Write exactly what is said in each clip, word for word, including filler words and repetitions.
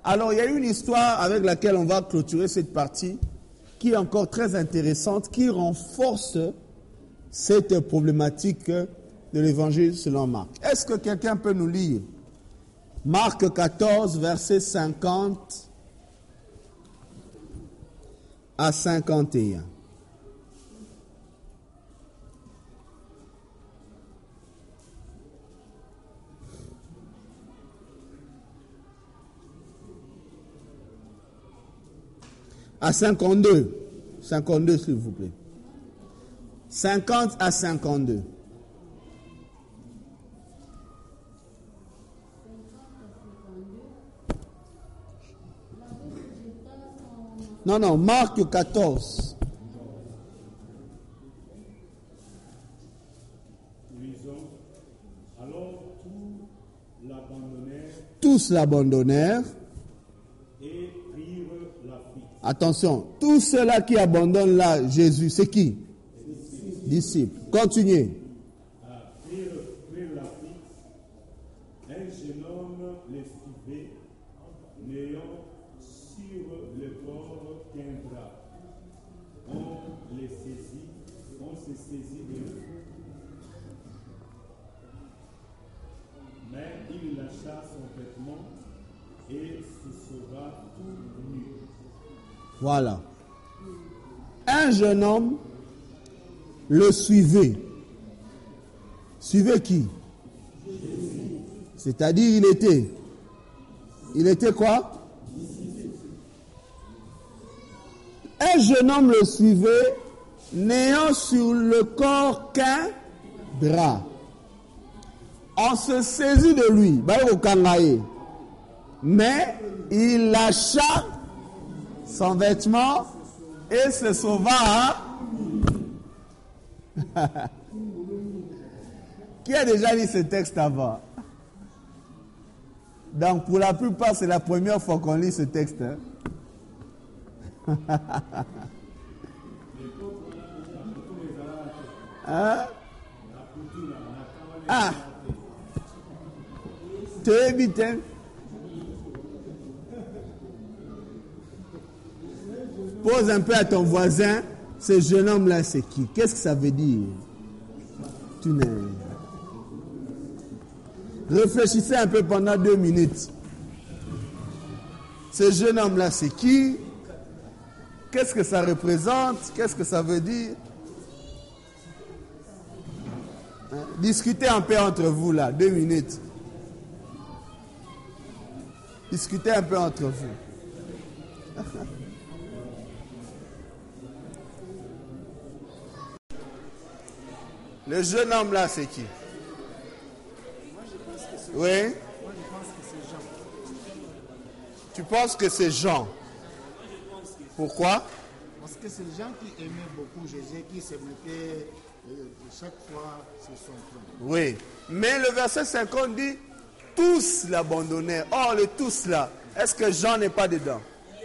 Alors, il y a une histoire avec laquelle on va clôturer cette partie qui est encore très intéressante, qui renforce cette problématique de l'évangile selon Marc. Est-ce que quelqu'un peut nous lire Marc quatorze, versets cinquante à cinquante et un. À cinquante-deux. cinquante-deux, s'il vous plaît. cinquante à cinquante-deux. Non, non, Marc quatorze. Alors tous l'abandonnèrent. Tous l'abandonnèrent. Et prirent la fuite. Attention, tous ceux-là qui abandonnent là Jésus, c'est qui? Disciples. Disciples. Continuez. Ah, prirent, prirent la fuite. Un jeune homme les suivait, n'ayant sur le corps qu'un drap. On les saisit, on se saisit d'eux. Mais il lâcha son vêtement et se sauva tout nu. Voilà. Un jeune homme le suivait. Suivait qui? C'est-à-dire, il était. Il était quoi? Un jeune homme le suivait, n'ayant sur le corps qu'un drap. On se saisit de lui, mais il lâcha son vêtement et se sauva. Hein? Qui a déjà lu ce texte avant? Donc, pour la plupart, c'est la première fois qu'on lit ce texte. Hein? Hein? Ah! Tu es vite, hein? Pose un peu à ton voisin, ce jeune homme-là, c'est qui? Qu'est-ce que ça veut dire? Tu n'es... Réfléchissez un peu pendant deux minutes. Ce jeune homme-là, c'est qui? Qu'est-ce que ça représente? Qu'est-ce que ça veut dire? Hein? Discutez un peu entre vous, là, deux minutes. Discutez un peu entre vous. Le jeune homme là, c'est qui? Moi, je pense que c'est Oui? Moi, je pense que c'est Jean. Tu penses que c'est Jean? Pourquoi? Parce que c'est Jean qui aimait beaucoup Jésus, qui se mettait euh, chaque fois sur son trône. Oui. Mais le verset cinquante dit, tous l'abandonnèrent. Or, le tous là, est-ce que Jean n'est pas dedans?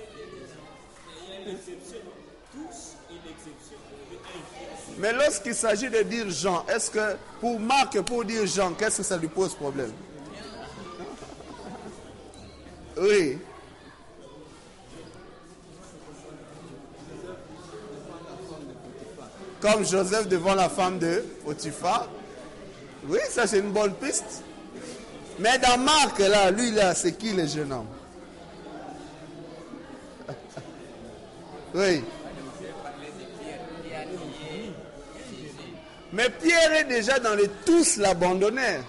Mais lorsqu'il s'agit de dire Jean, est-ce que pour Marc, pour dire Jean, qu'est-ce que ça lui pose problème? Oui. Comme Joseph devant la femme de Potiphar. Oui, ça c'est une bonne piste. Mais dans Marc, là, lui là, c'est qui le jeune homme? Oui. Mais Pierre est déjà dans les tous l'abandonnèrent.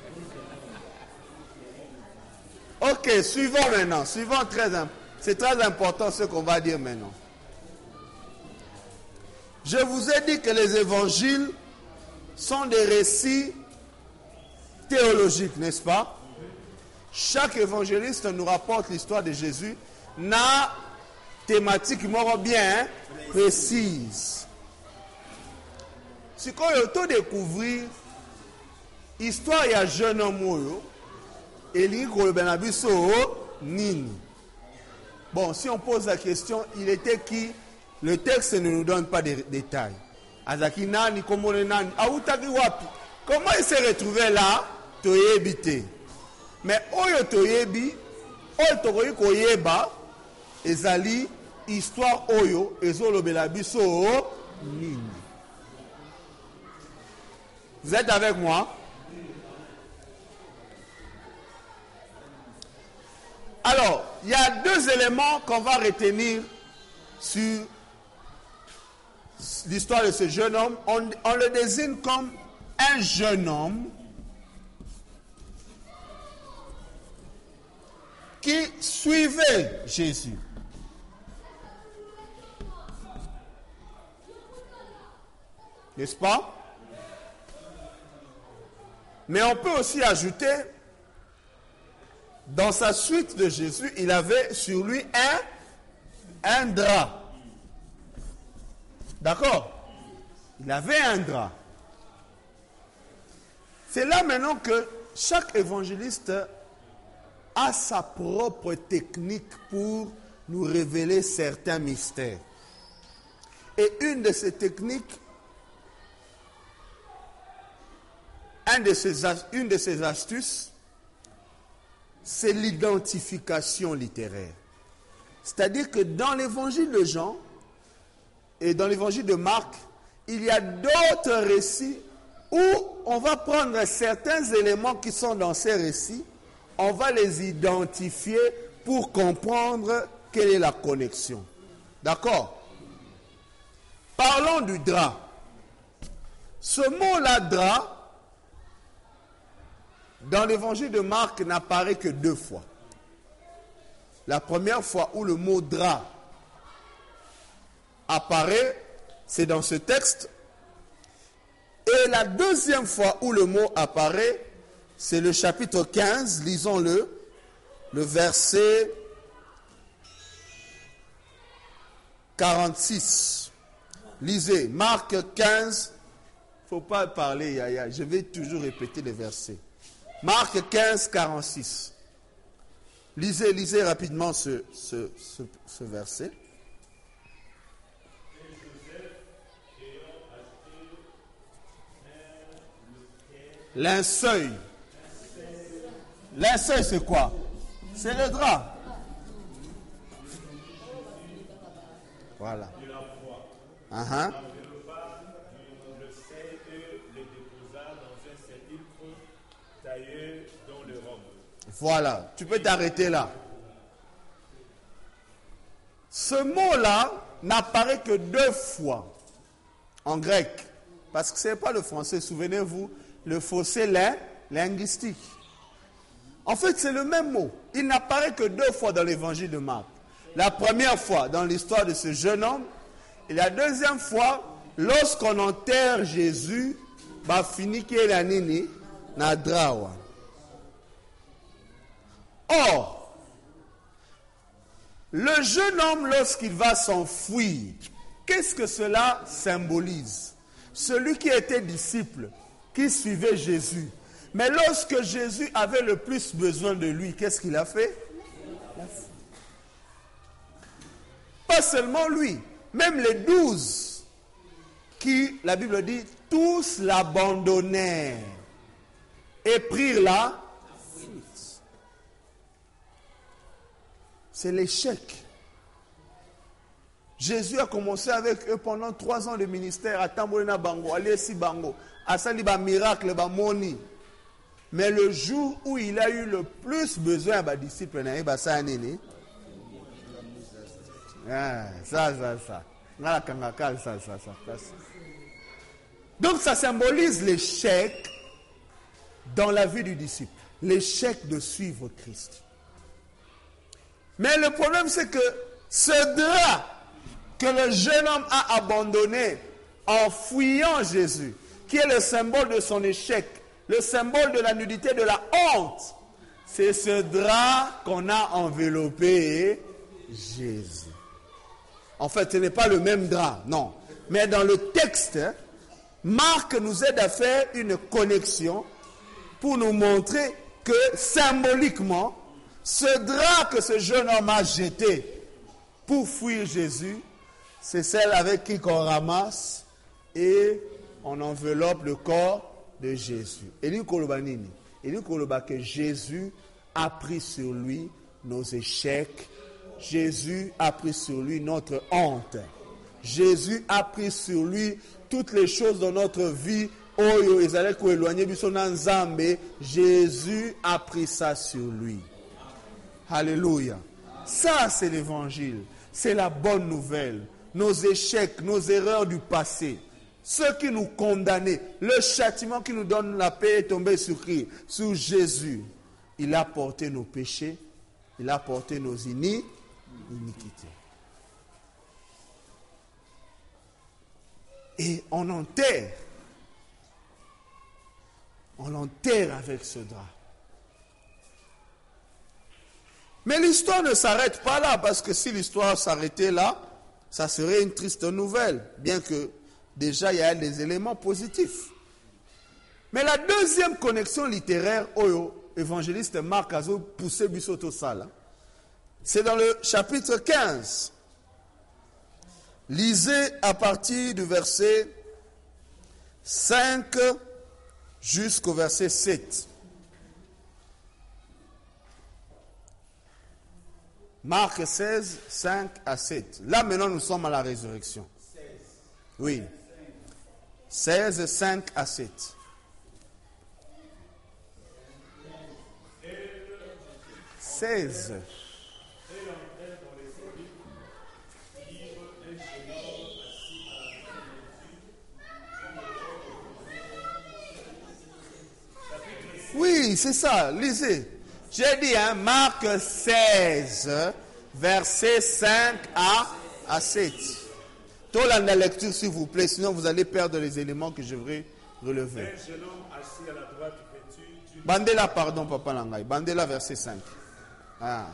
Ok, suivons maintenant. Suivons très important. C'est très important ce qu'on va dire maintenant. Je vous ai dit que les évangiles sont des récits théologiques, n'est-ce pas? Chaque évangéliste nous rapporte l'histoire de Jésus, na thématique bien précise. Si quand on peut découvrir l'histoire il y a jeune homme et nini. Bon, si on pose la question, il était qui? Le texte ne nous donne pas de détails. Azaki nani, comment nani, aoutaki wapi. Comment il s'est retrouvé là? Toyebite. Mais oyo toyebi, oyo tokoki koyeba ezali histoire oyo ezolobela biso nini. Vous êtes avec moi? Alors, il y a deux éléments qu'on va retenir sur l'histoire de ce jeune homme. On, on le désigne comme un jeune homme qui suivait Jésus. N'est-ce pas? Mais on peut aussi ajouter, dans sa suite de Jésus, il avait sur lui un, un drap. D'accord? Il avait un drap. C'est là maintenant que chaque évangéliste a sa propre technique pour nous révéler certains mystères. Et une de ces techniques, un de ces, une de ces astuces, c'est l'identification littéraire. C'est-à-dire que dans l'évangile de Jean et dans l'évangile de Marc, il y a d'autres récits où on va prendre certains éléments qui sont dans ces récits, on va les identifier pour comprendre quelle est la connexion. D'accord? Parlons du drap. Ce mot-là, drap, dans l'évangile de Marc, n'apparaît que deux fois. La première fois où le mot drap apparaît, c'est dans ce texte. Et la deuxième fois où le mot apparaît, c'est le chapitre quinze, lisons-le, le verset quarante-six. Lisez, Marc quinze, il ne faut pas parler, yaya, je vais toujours répéter les versets. Marc quinze, quarante-six. Lisez, lisez rapidement ce, ce, ce, ce verset. Linceul. Linceul, c'est quoi? C'est le drap. Voilà. Uh-huh. Voilà, tu peux t'arrêter là. Ce mot-là n'apparaît que deux fois en grec. Parce que ce n'est pas le français, souvenez-vous, le fossé linguistique. En fait, c'est le même mot. Il n'apparaît que deux fois dans l'évangile de Marc. La première fois dans l'histoire de ce jeune homme, et la deuxième fois, lorsqu'on enterre Jésus, bah fini qui est la nini, na drawa. Or, le jeune homme, lorsqu'il va s'enfuir, qu'est-ce que cela symbolise? Celui qui était disciple, qui suivait Jésus. Mais lorsque Jésus avait le plus besoin de lui, qu'est-ce qu'il a fait? Pas seulement lui, même les douze, qui, la Bible dit, tous l'abandonnèrent et prirent la fuite. C'est l'échec. Jésus a commencé avec eux pendant trois ans de ministère à Tambolena Bango, à Liesi Bango, à Saliba Miracle, à Moni. Mais le jour où il a eu le plus besoin de disciples, ça, ça, ça. Donc ça symbolise l'échec dans la vie du disciple. L'échec de suivre Christ. Mais le problème c'est que ce drap que le jeune homme a abandonné en fuyant Jésus, qui est le symbole de son échec, le symbole de la nudité, de la honte, c'est ce drap qu'on a enveloppé Jésus. En fait, ce n'est pas le même drap, non. Mais dans le texte, Marc nous aide à faire une connexion pour nous montrer que symboliquement, ce drap que ce jeune homme a jeté pour fuir Jésus, c'est celle avec qui on ramasse et on enveloppe le corps de Jésus. Et nous, Kolobanini, et nous, Koloba, que Jésus a pris sur lui nos échecs. Jésus a pris sur lui notre honte. Jésus a pris sur lui toutes les choses dans notre vie. Jésus a pris ça sur lui. Alléluia. Ça, c'est l'évangile. C'est la bonne nouvelle. Nos échecs, nos erreurs du passé, ceux qui nous condamnaient, le châtiment qui nous donne la paix est tombé sur qui? Sur Jésus. Il a porté nos péchés, il a porté nos iniquités. Et on enterre, on l'enterre avec ce drap. Mais l'histoire ne s'arrête pas là, parce que si l'histoire s'arrêtait là, ça serait une triste nouvelle, bien que déjà il y a des éléments positifs. Mais la deuxième connexion littéraire, Oyo, évangéliste Marc a poussé Bissoto Sala, c'est dans le chapitre quinze. Lisez à partir du verset cinq jusqu'au verset sept. Marc seize, cinq à sept. Là, maintenant, nous sommes à la résurrection. Oui. seize, cinq à sept. seize. Oui, c'est ça. Lisez. J'ai dit, hein, Marc seize, verset cinq à sept. Tout la lecture, s'il vous plaît, sinon vous allez perdre les éléments que je vais relever. Un jeune homme assis à la droite vêtu d'une... Bandela, pardon, papa Langai. Bandela, verset cinq. Ah.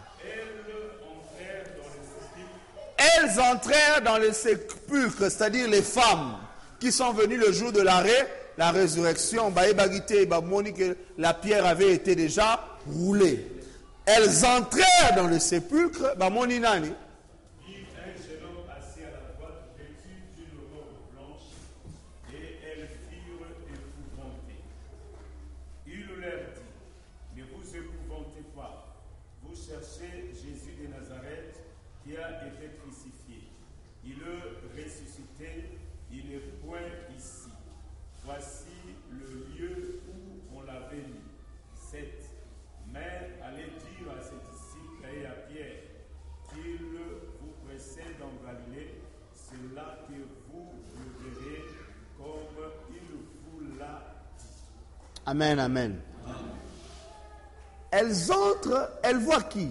Elles entrèrent dans le sépulcre, c'est-à-dire les femmes qui sont venues le jour de l'arrêt, la résurrection. La pierre avait été déjà roulée. Elles entrèrent dans le sépulcre. Un jeune homme assis à la droite vêtu d'une robe blanche, et elles firent épouvantées. Il leur dit, ne vous épouvantez pas. Vous cherchez Jésus de Nazareth qui a été crucifié. Il est ressuscité, il est point ici. Voici le lieu où on l'avait mis. sept. Mais allez dire à ses disciples et à Pierre qu'il vous précède en Galilée, c'est là que vous le verrez comme il vous l'a dit. Amen, amen. Amen. Elles entrent, elles voient qui?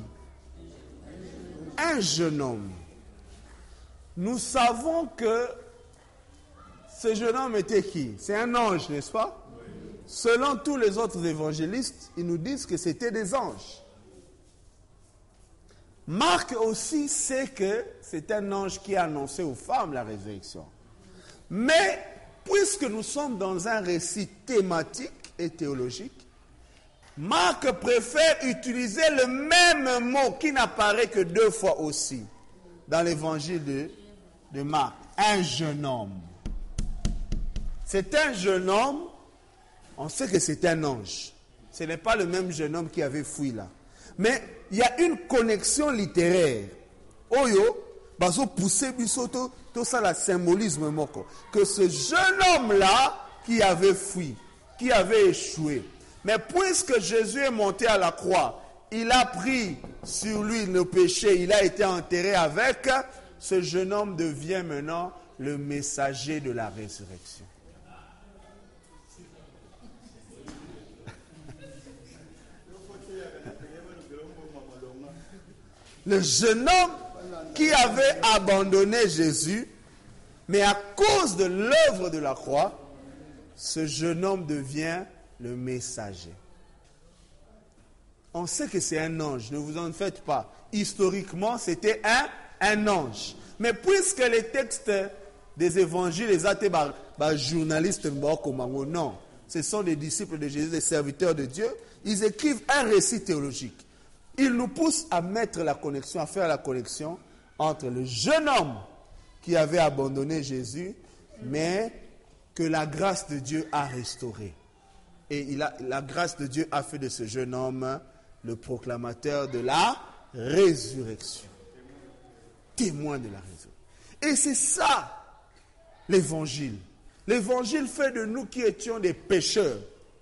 Un jeune homme. Nous savons que ce jeune homme était qui? C'est un ange, n'est-ce pas? Oui. Selon tous les autres évangélistes, ils nous disent que c'était des anges. Marc aussi sait que c'est un ange qui a annoncé aux femmes la résurrection. Mais, puisque nous sommes dans un récit thématique et théologique, Marc préfère utiliser le même mot qui n'apparaît que deux fois aussi dans l'évangile de, de Marc. Un jeune homme. C'est un jeune homme, on sait que c'est un ange. Ce n'est pas le même jeune homme qui avait fui là. Mais il y a une connexion littéraire. Oyo, bazo pousser bisoto, tout ça le symbolisme moko. Que ce jeune homme-là qui avait fui, qui avait échoué. Mais puisque Jésus est monté à la croix, il a pris sur lui le péché, il a été enterré avec, ce jeune homme devient maintenant le messager de la résurrection. Le jeune homme qui avait abandonné Jésus, mais à cause de l'œuvre de la croix, ce jeune homme devient le messager. On sait que c'est un ange, ne vous en faites pas. Historiquement, c'était un, un ange. Mais puisque les textes des évangiles, les athées, bah, bah, journalistes, non, ce sont des disciples de Jésus, des serviteurs de Dieu, ils écrivent un récit théologique. Ils nous poussent à mettre la connexion, à faire la connexion entre le jeune homme qui avait abandonné Jésus, mais que la grâce de Dieu a restauré. Et il a, la grâce de Dieu a fait de ce jeune homme le proclamateur de la résurrection. Témoin de la résurrection. Et c'est ça, l'évangile. L'évangile fait de nous qui étions des pécheurs.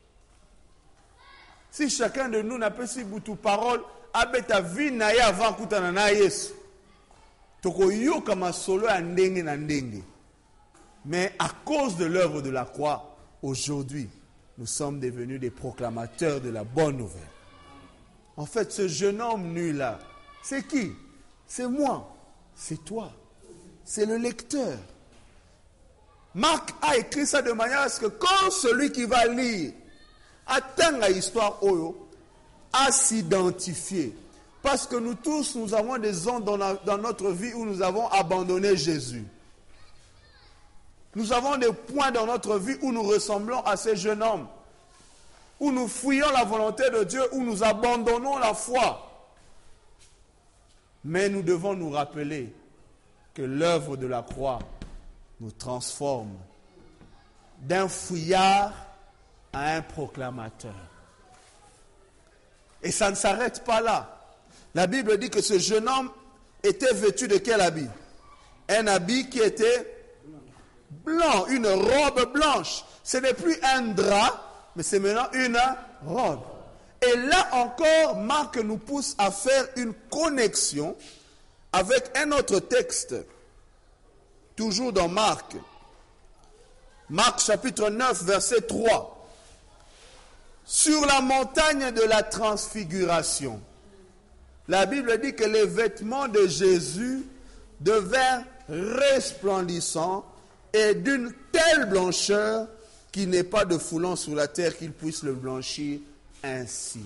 Si chacun de nous n'a pas si beaucoup de paroles, abeta vie naye avant kutana na Yesu. Toko yo kama solo ya ndenge na ndenge. Mais à cause de l'œuvre de la croix, aujourd'hui, nous sommes devenus des proclamateurs de la bonne nouvelle. En fait, ce jeune homme nu-là, c'est qui? C'est moi, c'est toi, c'est le lecteur. Marc a écrit ça de manière à ce que quand celui qui va lire atteint l'histoire Oyo, à s'identifier. Parce que nous tous, nous avons des zones dans, la, dans notre vie où nous avons abandonné Jésus. Nous avons des points dans notre vie où nous ressemblons à ces jeunes hommes, où nous fuyons la volonté de Dieu, où nous abandonnons la foi. Mais nous devons nous rappeler que l'œuvre de la croix nous transforme d'un fouillard à un proclamateur. Et ça ne s'arrête pas là. La Bible dit que ce jeune homme était vêtu de quel habit? Un habit qui était blanc, une robe blanche. Ce n'est plus un drap, mais c'est maintenant une robe. Et là encore, Marc nous pousse à faire une connexion avec un autre texte. Toujours dans Marc. Marc chapitre neuf, verset trois. Sur la montagne de la transfiguration, la Bible dit que les vêtements de Jésus devinrent resplendissants et d'une telle blancheur qu'il n'est pas de foulon sur la terre qu'il puisse le blanchir ainsi.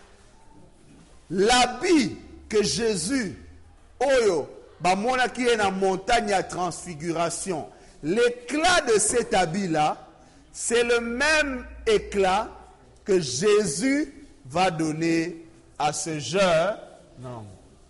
L'habit que Jésus, Oyo, Bamona qui est dans la montagne à transfiguration, l'éclat de cet habit-là, c'est le même éclat que Jésus va donner à ce jeune homme.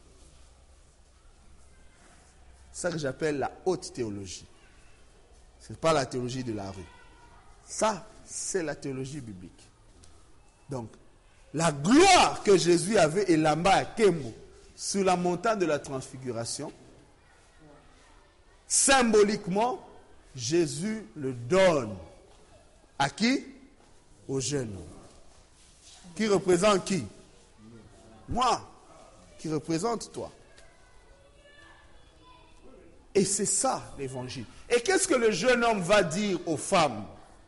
C'est ça que j'appelle la haute théologie. Ce n'est pas la théologie de la rue. Ça, c'est la théologie biblique. Donc, la gloire que Jésus avait et là-bas à Kembo, sur la montagne de la transfiguration, symboliquement, Jésus le donne. À qui? Au jeune homme. Qui représente qui? Moi. Qui représente toi. Et c'est ça l'évangile. Et qu'est-ce que le jeune homme va dire aux femmes?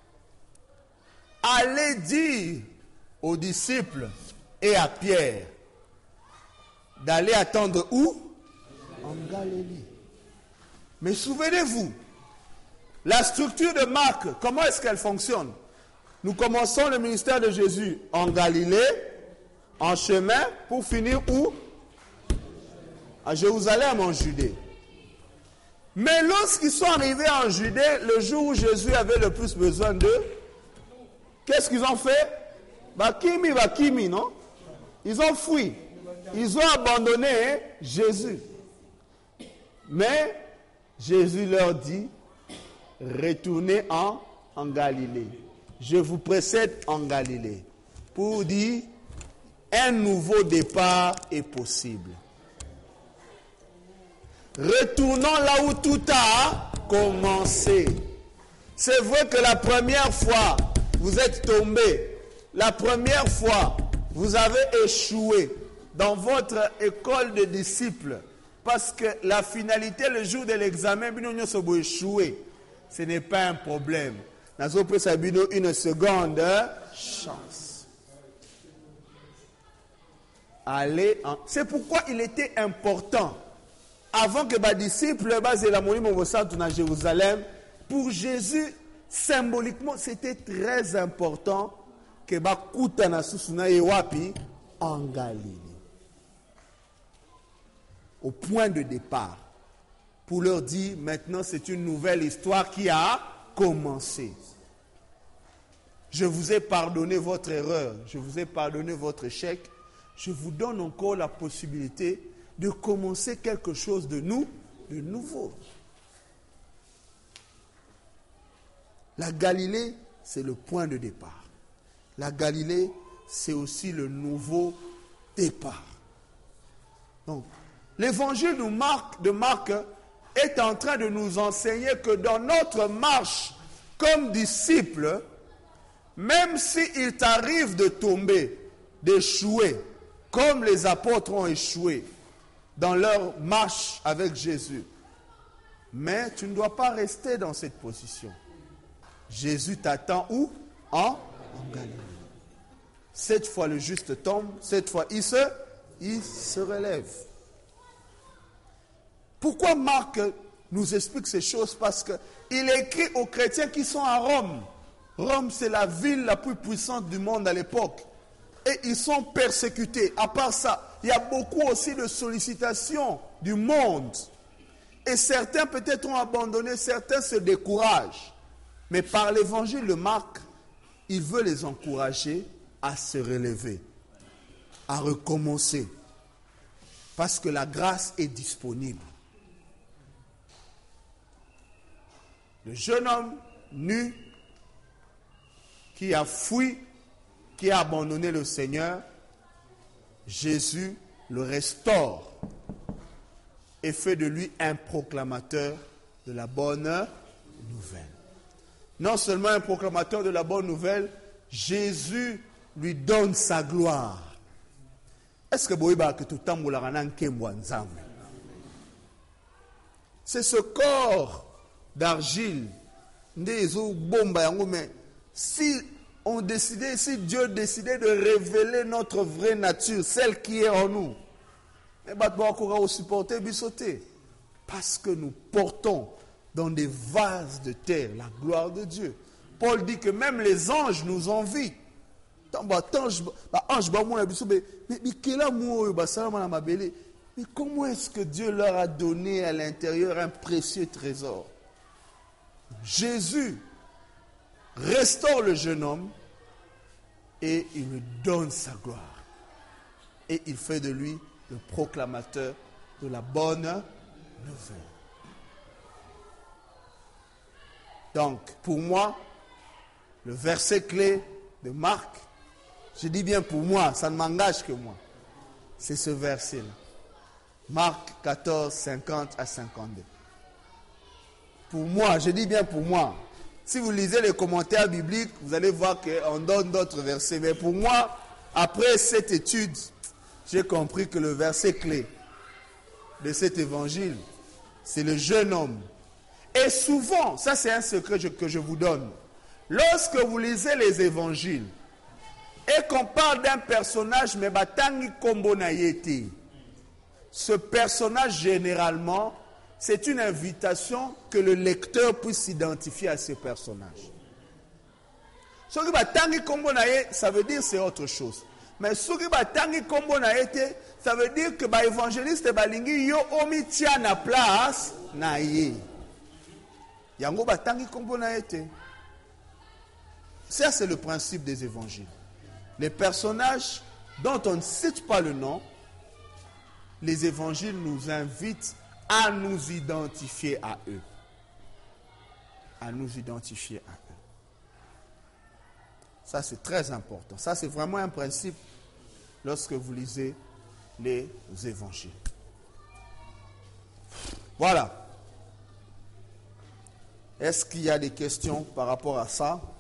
Allez dire aux disciples et à Pierre d'aller attendre où? En Galilée. Mais souvenez-vous, la structure de Marc, comment est-ce qu'elle fonctionne? Nous commençons le ministère de Jésus en Galilée, en chemin, pour finir où? À Jérusalem, en Judée. Mais lorsqu'ils sont arrivés en Judée, le jour où Jésus avait le plus besoin d'eux, qu'est-ce qu'ils ont fait? Bakimi, Bakimi, non? Ils ont fui. Ils ont abandonné Jésus. Mais Jésus leur dit, retournez en, en Galilée. Je vous précède en Galilée. Pour dire, un nouveau départ est possible. Retournons là où tout a commencé. C'est vrai que la première fois, vous êtes tombé. La première fois, vous avez échoué dans votre école de disciples. Parce que la finalité, le jour de l'examen, vous avez échoué. Ce n'est pas un problème. Nous avons une seconde chance. Allez en... C'est pourquoi il était important, avant que les disciples basent la monnaie dans Jérusalem, pour Jésus, symboliquement, c'était très important que Bakutana Susuna Ewapi en Galilée. Au point de départ, pour leur dire, maintenant c'est une nouvelle histoire qui a commencé. Je vous ai pardonné votre erreur, je vous ai pardonné votre échec, je vous donne encore la possibilité de commencer quelque chose de nous, de nouveau. La Galilée, c'est le point de départ. La Galilée, c'est aussi le nouveau départ. Donc, l'évangile de Marc, de Marc est en train de nous enseigner que dans notre marche comme disciples, même s'il t'arrive de tomber, d'échouer, comme les apôtres ont échoué dans leur marche avec Jésus, mais tu ne dois pas rester dans cette position. Jésus t'attend où? En, en Galilée. Cette fois le juste tombe, cette fois il se, il se relève. Pourquoi Marc nous explique ces choses? Parce qu'il écrit aux chrétiens qui sont à Rome. Rome, c'est la ville la plus puissante du monde à l'époque. Et ils sont persécutés. À part ça, il y a beaucoup aussi de sollicitations du monde. Et certains peut-être ont abandonné, certains se découragent. Mais par l'évangile de Marc, il veut les encourager à se relever, à recommencer. Parce que la grâce est disponible. Le jeune homme nu qui a fui, qui a abandonné le Seigneur, Jésus le restaure et fait de lui un proclamateur de la bonne nouvelle. Non seulement un proclamateur de la bonne nouvelle, Jésus lui donne sa gloire. Est-ce que c'est ce corps d'argile, si on décidait, si Dieu décidait de révéler notre vraie nature, celle qui est en nous, parce que nous portons dans des vases de terre la gloire de Dieu. Paul dit que même les anges nous envient. Mais comment est-ce que Dieu leur a donné à l'intérieur un précieux trésor? Jésus restaure le jeune homme et il lui donne sa gloire. Et il fait de lui le proclamateur de la bonne nouvelle. Donc, pour moi, le verset clé de Marc, je dis bien pour moi, ça ne m'engage que moi, c'est ce verset-là. Marc quatorze, cinquante à cinquante-deux. Pour moi, je dis bien pour moi. Si vous lisez les commentaires bibliques, vous allez voir qu'on donne d'autres versets. Mais pour moi, après cette étude, j'ai compris que le verset clé de cet évangile, c'est le jeune homme. Et souvent, ça c'est un secret que je vous donne. Lorsque vous lisez les évangiles et qu'on parle d'un personnage, mais batangi kombo na yete, ce personnage généralement, c'est une invitation que le lecteur puisse s'identifier à ce personnage. Ce qui batangi kombo na yete, ça veut dire c'est autre chose. Mais ce qui batangi kombo na yete, ça veut dire que ba évangéliste balingi yo omitia na place na ye. Yango batangi kombo na yete. Ça, c'est le principe des évangiles. Les personnages dont on ne cite pas le nom, les évangiles nous invitent à nous identifier à eux. À nous identifier à eux. Ça, c'est très important. Ça, c'est vraiment un principe lorsque vous lisez les évangiles. Voilà. Est-ce qu'il y a des questions par rapport à ça?